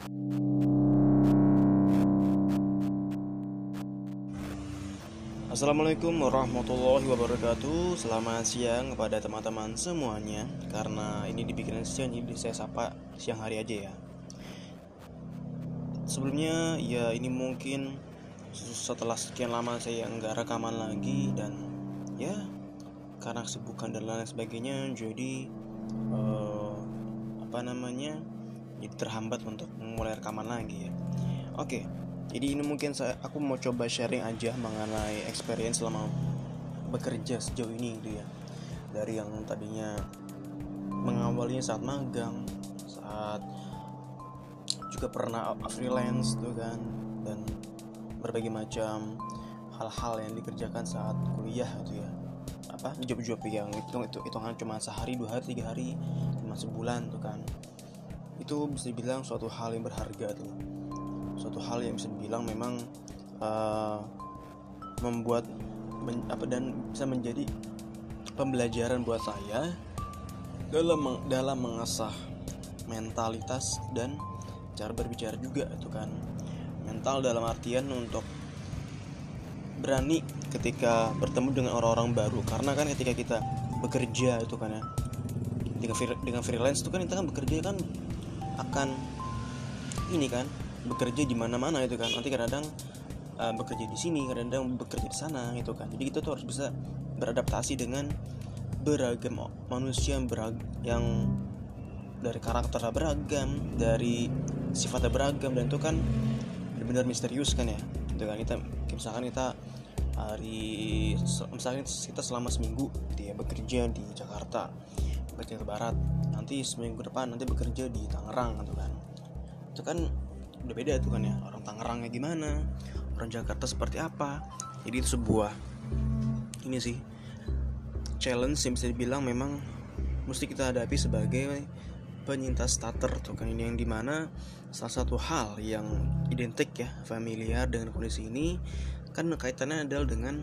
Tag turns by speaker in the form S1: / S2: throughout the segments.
S1: Assalamualaikum warahmatullahi wabarakatuh. Selamat siang kepada teman-teman semuanya. Karena ini dibikin siang, jadi saya sapa siang hari aja ya. Sebelumnya ya ini mungkin setelah sekian lama saya nggak rekaman lagi, dan ya karena kesibukan dan lain sebagainya, jadi jadi terhambat untuk mulai rekaman lagi ya. Oke, jadi ini mungkin aku mau coba sharing aja mengenai experience selama bekerja sejauh ini gitu ya. Dari yang tadinya mengawalnya saat magang, saat juga pernah freelance tuh kan, dan berbagai macam hal-hal yang dikerjakan saat kuliah gitu ya. Job-job yang hitungan cuma sehari, 2 hari, 3 hari, cuma sebulan tuh kan. Itu bisa dibilang suatu hal yang berharga tuh. Suatu hal yang bisa dibilang memang membuat dan bisa menjadi pembelajaran buat saya dalam mengasah mentalitas dan cara berbicara juga itu kan. Mental dalam artian untuk berani ketika bertemu dengan orang-orang baru, karena kan ketika kita bekerja itu kan ya, dengan freelance itu kan kita kan bekerja kan akan ini kan, bekerja di mana-mana itu kan. Nanti kadang bekerja di sini, kadang bekerja di sana gitu kan. Jadi kita tuh harus bisa beradaptasi dengan beragam manusia yang dari karakternya beragam, dari sifatnya beragam, dan itu kan benar-benar misterius kan ya. Gitu kan, misalkan kita selama seminggu gitu ya, bekerja di Jakarta, bekerja ke barat, nanti seminggu depan nanti bekerja di Tangerang gitu kan. Itu kan udah beda tuh kan ya, orang Tangerangnya gimana, orang Jakarta seperti apa. Jadi itu sebuah challenge yang bisa dibilang memang mesti kita hadapi sebagai penyintas starter tuh kan. Ini yang dimana salah satu hal yang identik ya, familiar dengan kondisi ini kan kaitannya adalah dengan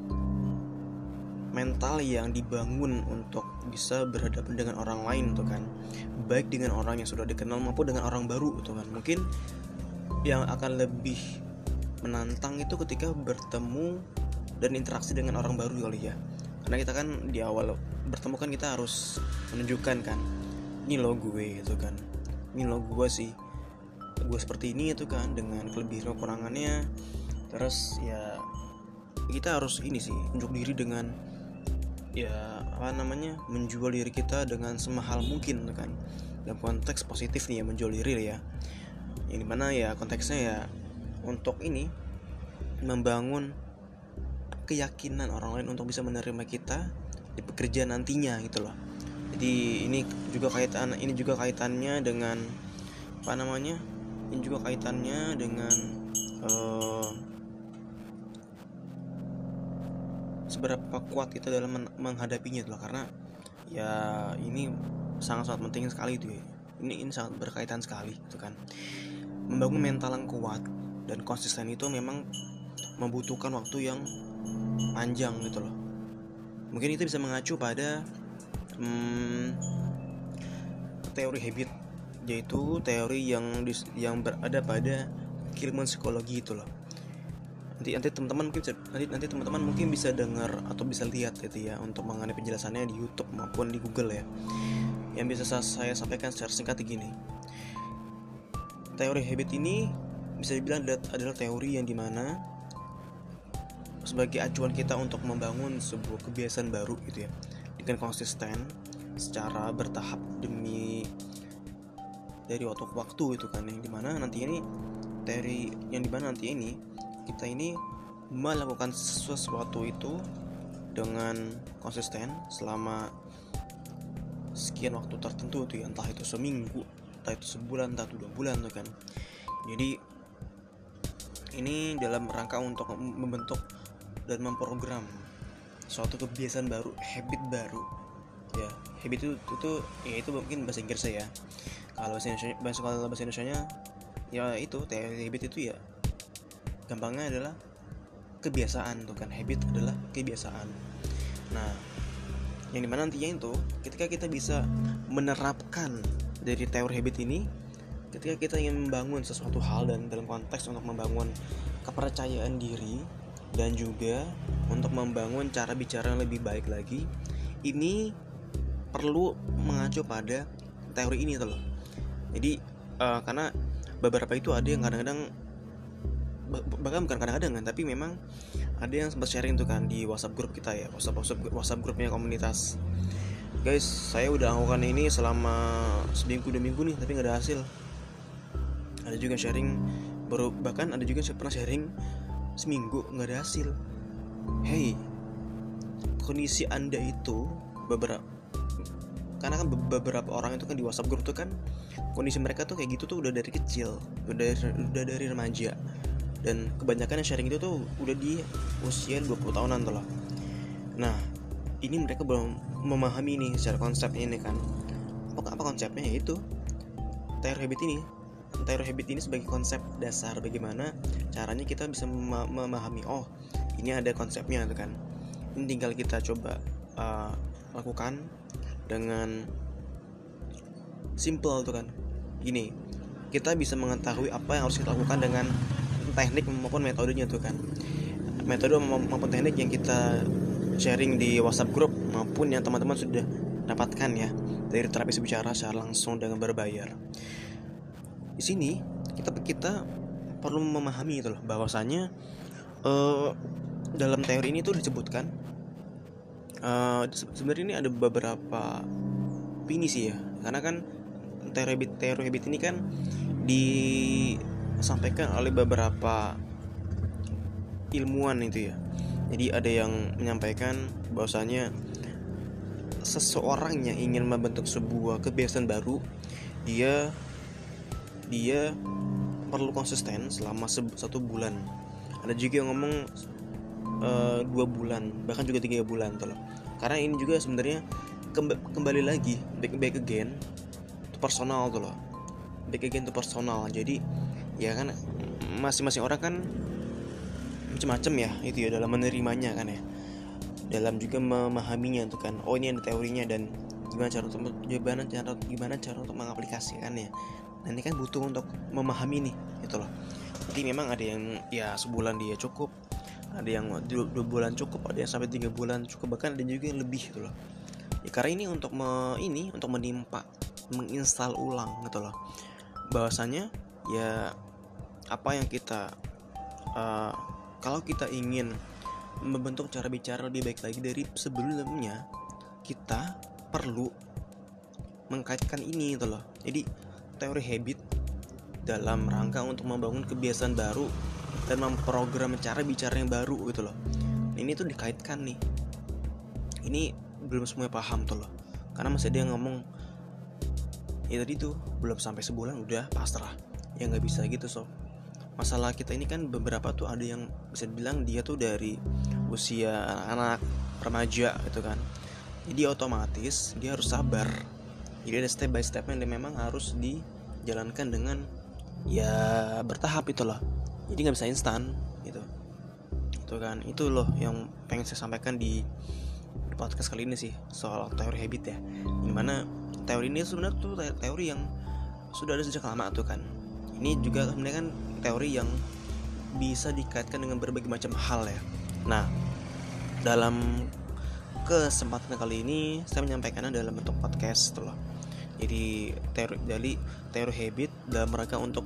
S1: mental yang dibangun untuk bisa berhadapan dengan orang lain tuh kan, baik dengan orang yang sudah dikenal maupun dengan orang baru tuh kan. Mungkin yang akan lebih menantang itu ketika bertemu dan interaksi dengan orang baru kali ya, karena kita kan di awal bertemu kan kita harus menunjukkan kan, ini lo gue gitu kan, ini lo gue seperti ini itu kan, dengan kelebihan kekurangannya. Terus ya kita harus unjuk diri dengan menjual diri kita dengan semahal mungkin kan, dalam konteks positif nih ya, menjual diri ya, yang dimana ya konteksnya ya untuk membangun keyakinan orang lain untuk bisa menerima kita di pekerjaan nantinya gitu loh. Jadi ini juga kaitannya dengan seberapa kuat kita dalam menghadapinya itu loh. Karena ya ini sangat penting sekali itu ya. Ini sangat berkaitan sekali itu kan. Membangun mental yang kuat dan konsisten itu memang membutuhkan waktu yang panjang gitu loh. Mungkin itu bisa mengacu pada teori habit, yaitu teori yang berada pada keilmuan psikologi itu loh. Nanti teman-teman mungkin bisa dengar atau bisa lihat gitu ya, untuk mengenai penjelasannya di YouTube maupun di Google ya. Yang bisa saya sampaikan secara singkat gini. Teori habit ini bisa dibilang adalah teori yang dimana sebagai acuan kita untuk membangun sebuah kebiasaan baru gitu ya, dengan konsisten secara bertahap dari waktu ke waktu itu kan, yang dimana nanti kita melakukan sesuatu itu dengan konsisten selama sekian waktu tertentu tuh ya, entah itu seminggu, entah itu sebulan, entah itu 2 bulan tuh kan. Jadi ini dalam rangka untuk membentuk dan memprogram suatu kebiasaan baru, habit baru ya. Habit itu mungkin bahasa Inggris ya. Kalau bahasa Indonesianya ya itu teori habit itu ya gampangnya adalah kebiasaan tuh kan. Habit adalah kebiasaan. Nah, yang dimana nantinya itu ketika kita bisa menerapkan dari teori habit ini ketika kita ingin membangun sesuatu hal dan dalam konteks untuk membangun kepercayaan diri dan juga untuk membangun cara bicara yang lebih baik lagi, ini perlu mengacu pada teori ini tuh loh. Jadi karena beberapa itu ada yang kadang-kadang, bahkan bukan kadang-kadang kan, tapi memang ada yang sempat sharing tuh kan di WhatsApp grup kita ya, WhatsApp grupnya komunitas. Guys, saya udah lakukan ini selama seminggu 2 minggu nih, tapi nggak ada hasil. Ada juga sharing bahkan ada juga yang pernah sharing seminggu nggak ada hasil. Hey, kondisi Anda itu karena kan beberapa orang itu kan di WhatsApp grup tuh kan kondisi mereka tuh kayak gitu tuh udah dari kecil, udah dari remaja, dan kebanyakan yang sharing itu tuh udah di usia 20 tahunan tuh loh. Nah, ini mereka belum memahami nih secara konsep ini kan. Apa konsepnya? Yaitu teori habit ini sebagai konsep dasar bagaimana caranya kita bisa memahami, oh ini ada konsepnya tuh kan. Ini tinggal kita coba lakukan dengan simple tuh kan. Gini, kita bisa mengetahui apa yang harus kita lakukan dengan teknik maupun metodenya tuh kan. Metode maupun teknik yang kita sharing di WhatsApp group maupun yang teman-teman sudah dapatkan ya dari terapis bicara secara langsung dengan berbayar. Di sini kita perlu memahami itu loh, bahwasanya dalam teori ini tuh disebutkan sebenarnya ini ada beberapa opini sih ya, karena kan teori habit ini kan disampaikan oleh beberapa ilmuwan itu ya. Jadi ada yang menyampaikan bahwasanya seseorang yang ingin membentuk sebuah kebiasaan baru, dia perlu konsisten selama 1 bulan. Ada juga yang ngomong 2 bulan, bahkan juga 3 bulan tuh loh. Karena ini juga sebenarnya kembali lagi back again itu personal tuh loh. Back again itu personal. Jadi ya kan masing-masing orang kan macam-macam ya itu ya dalam menerimanya kan ya, dalam juga memahaminya tuh kan. Oh, ini ada teorinya dan gimana cara untuk mengaplikasikannya. Nanti kan butuh untuk memahami nih itu loh. Jadi memang ada yang ya sebulan dia cukup, ada yang 2 bulan cukup, ada yang sampai 3 bulan cukup, bahkan ada juga yang lebih gitu loh. Ya karena ini untuk menginstal ulang gitu loh. Bahwasanya ya apa yang kita kalau kita ingin membentuk cara bicara lebih baik lagi dari sebelumnya, kita perlu mengkaitkan ini gitu loh. Jadi teori habit dalam rangka untuk membangun kebiasaan baru dan memprogram cara bicara yang baru gitu loh. Ini tuh dikaitkan nih. Ini belum semuanya paham tuh loh, karena masih ada yang ngomong ya tadi tuh belum sampai sebulan udah pasrah. Ya nggak bisa gitu sob. Masalah kita ini kan beberapa tuh ada yang bisa dibilang dia tuh dari usia anak remaja gitu kan. Jadi otomatis dia harus sabar. Jadi ada step by step yang memang harus dijalankan dengan ya bertahap itu loh. Jadi nggak bisa instan gitu. Itu kan, itu loh yang pengen saya sampaikan di podcast kali ini sih, soal teori habit ya. Dimana teori ini sebenarnya tuh teori yang sudah ada sejak lama tuh kan. Ini juga sebenarnya kan teori yang bisa dikaitkan dengan berbagai macam hal ya. Nah, dalam kesempatan kali ini saya menyampaikannya dalam bentuk podcast tuh loh. Jadi teori habit dalam rangka untuk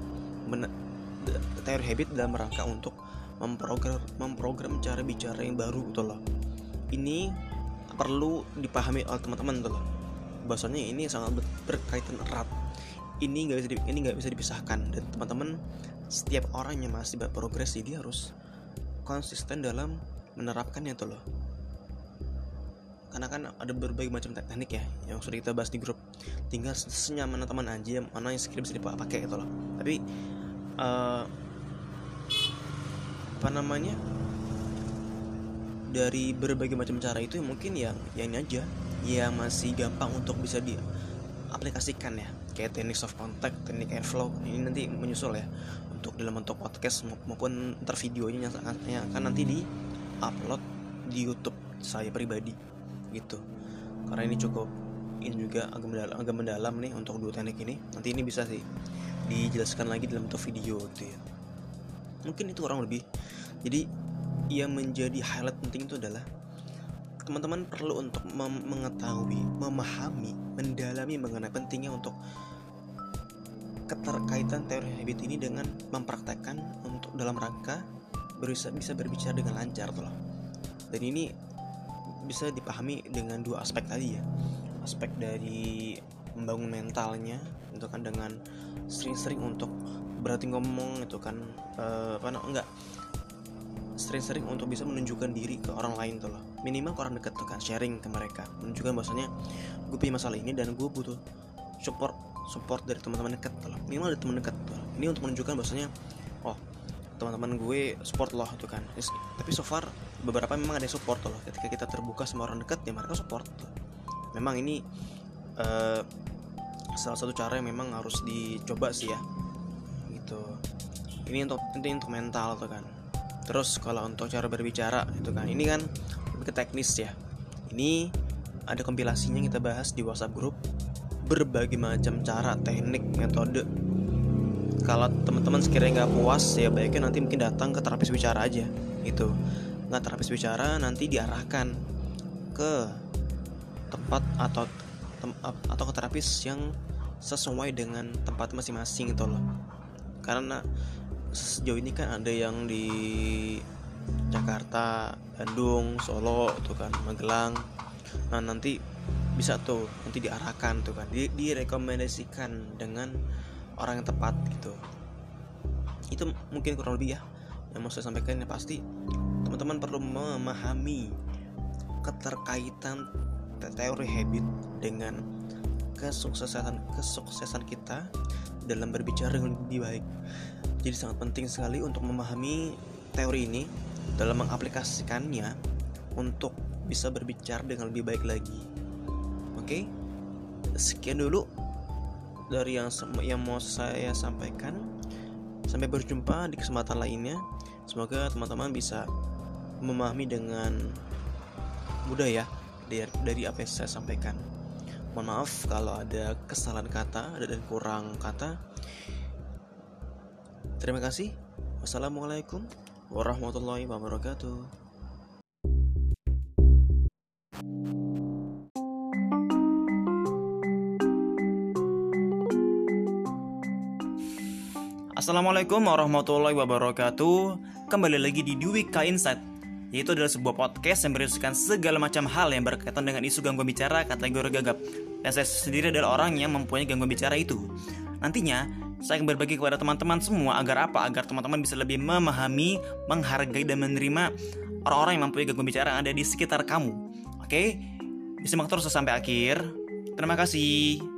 S1: memprogram cara bicara yang baru tuh loh. Ini perlu dipahami oleh teman-teman tuh loh. Bahasanya ini sangat berkaitan erat. Ini nggak bisa dipisahkan, dan teman-teman setiap orang yang masih berprogresi dia harus konsisten dalam menerapkannya tuh loh. Karena kan ada berbagai macam teknik ya yang sudah kita bahas di grup. Tinggal senyaman teman aja mana yang sekiranya bisa dipakai gitu loh. Tapi dari berbagai macam cara itu mungkin yang ini aja yang masih gampang untuk bisa diaplikasikan ya. Kayak teknik soft contact, teknik airflow. Ini nanti menyusul ya untuk dalam bentuk podcast maupun ntar videonya yang akan nanti di upload di YouTube saya pribadi gitu. Karena ini cukup ini juga agak mendalam nih untuk dua teknik ini. Nanti ini bisa sih dijelaskan lagi dalam bentuk video gitu ya. Mungkin itu kurang lebih. Jadi yang menjadi highlight penting itu adalah teman-teman perlu untuk mengetahui, memahami, mendalami mengenai pentingnya untuk keterkaitan teori habit ini dengan mempraktekkan untuk dalam rangka bisa berbicara dengan lancar tuh loh. Dan ini bisa dipahami dengan dua aspek tadi ya. Aspek dari membangun mentalnya itu kan dengan sering-sering untuk berarti ngomong itu kan sering-sering untuk bisa menunjukkan diri ke orang lain tuh loh, minimal ke orang dekat tuh kan, sharing ke mereka, menunjukkan bahwasanya gue punya masalah ini dan gue butuh support dari teman-teman dekat tuh loh, minimal dari teman dekat tuh. Ini untuk menunjukkan bahwasanya oh teman-teman gue support loh tuh kan. Tapi so far beberapa memang ada support tuh loh, ketika kita terbuka sama orang dekat ya mereka support tuh. Memang ini salah satu cara yang memang harus dicoba sih ya gitu. Ini untuk mental tuh kan. Terus kalau untuk cara berbicara itu kan, ini kan lebih ke teknis ya. Ini ada kompilasinya kita bahas di WhatsApp grup, berbagai macam cara, teknik, metode. Kalau teman-teman sekiranya nggak puas ya baiknya nanti mungkin datang ke terapis bicara aja gitu. Nggak terapis bicara nanti diarahkan ke tempat atau ke terapis yang sesuai dengan tempat masing-masing gitu loh. Karena sejauh ini kan ada yang di Jakarta, Bandung, Solo tuh kan, Magelang. Nah nanti bisa tuh nanti diarahkan tuh kan, direkomendasikan dengan orang yang tepat gitu. Itu mungkin kurang lebih ya yang mau saya sampaikan. Ya pasti teman-teman perlu memahami keterkaitan teori habit dengan kesuksesan kita dalam berbicara dengan lebih baik. Jadi sangat penting sekali untuk memahami teori ini dalam mengaplikasikannya untuk bisa berbicara dengan lebih baik lagi. Oke, sekian dulu dari yang mau saya sampaikan. Sampai berjumpa di kesempatan lainnya. Semoga teman-teman bisa memahami dengan mudah ya dari apa yang saya sampaikan. Mohon maaf kalau ada kesalahan kata dan kurang kata. Terima kasih. Wassalamualaikum warahmatullahi wabarakatuh.
S2: Assalamualaikum warahmatullahi wabarakatuh. Kembali lagi di Dwika Insight, yaitu adalah sebuah podcast yang berisikan segala macam hal yang berkaitan dengan isu gangguan bicara kategori gagap. Dan saya sendiri adalah orang yang mempunyai gangguan bicara itu. Nantinya saya akan berbagi kepada teman-teman semua agar teman-teman bisa lebih memahami, menghargai dan menerima orang-orang yang mempunyai gangguan bicara yang ada di sekitar kamu. Oke? Disimak terus sampai akhir. Terima kasih.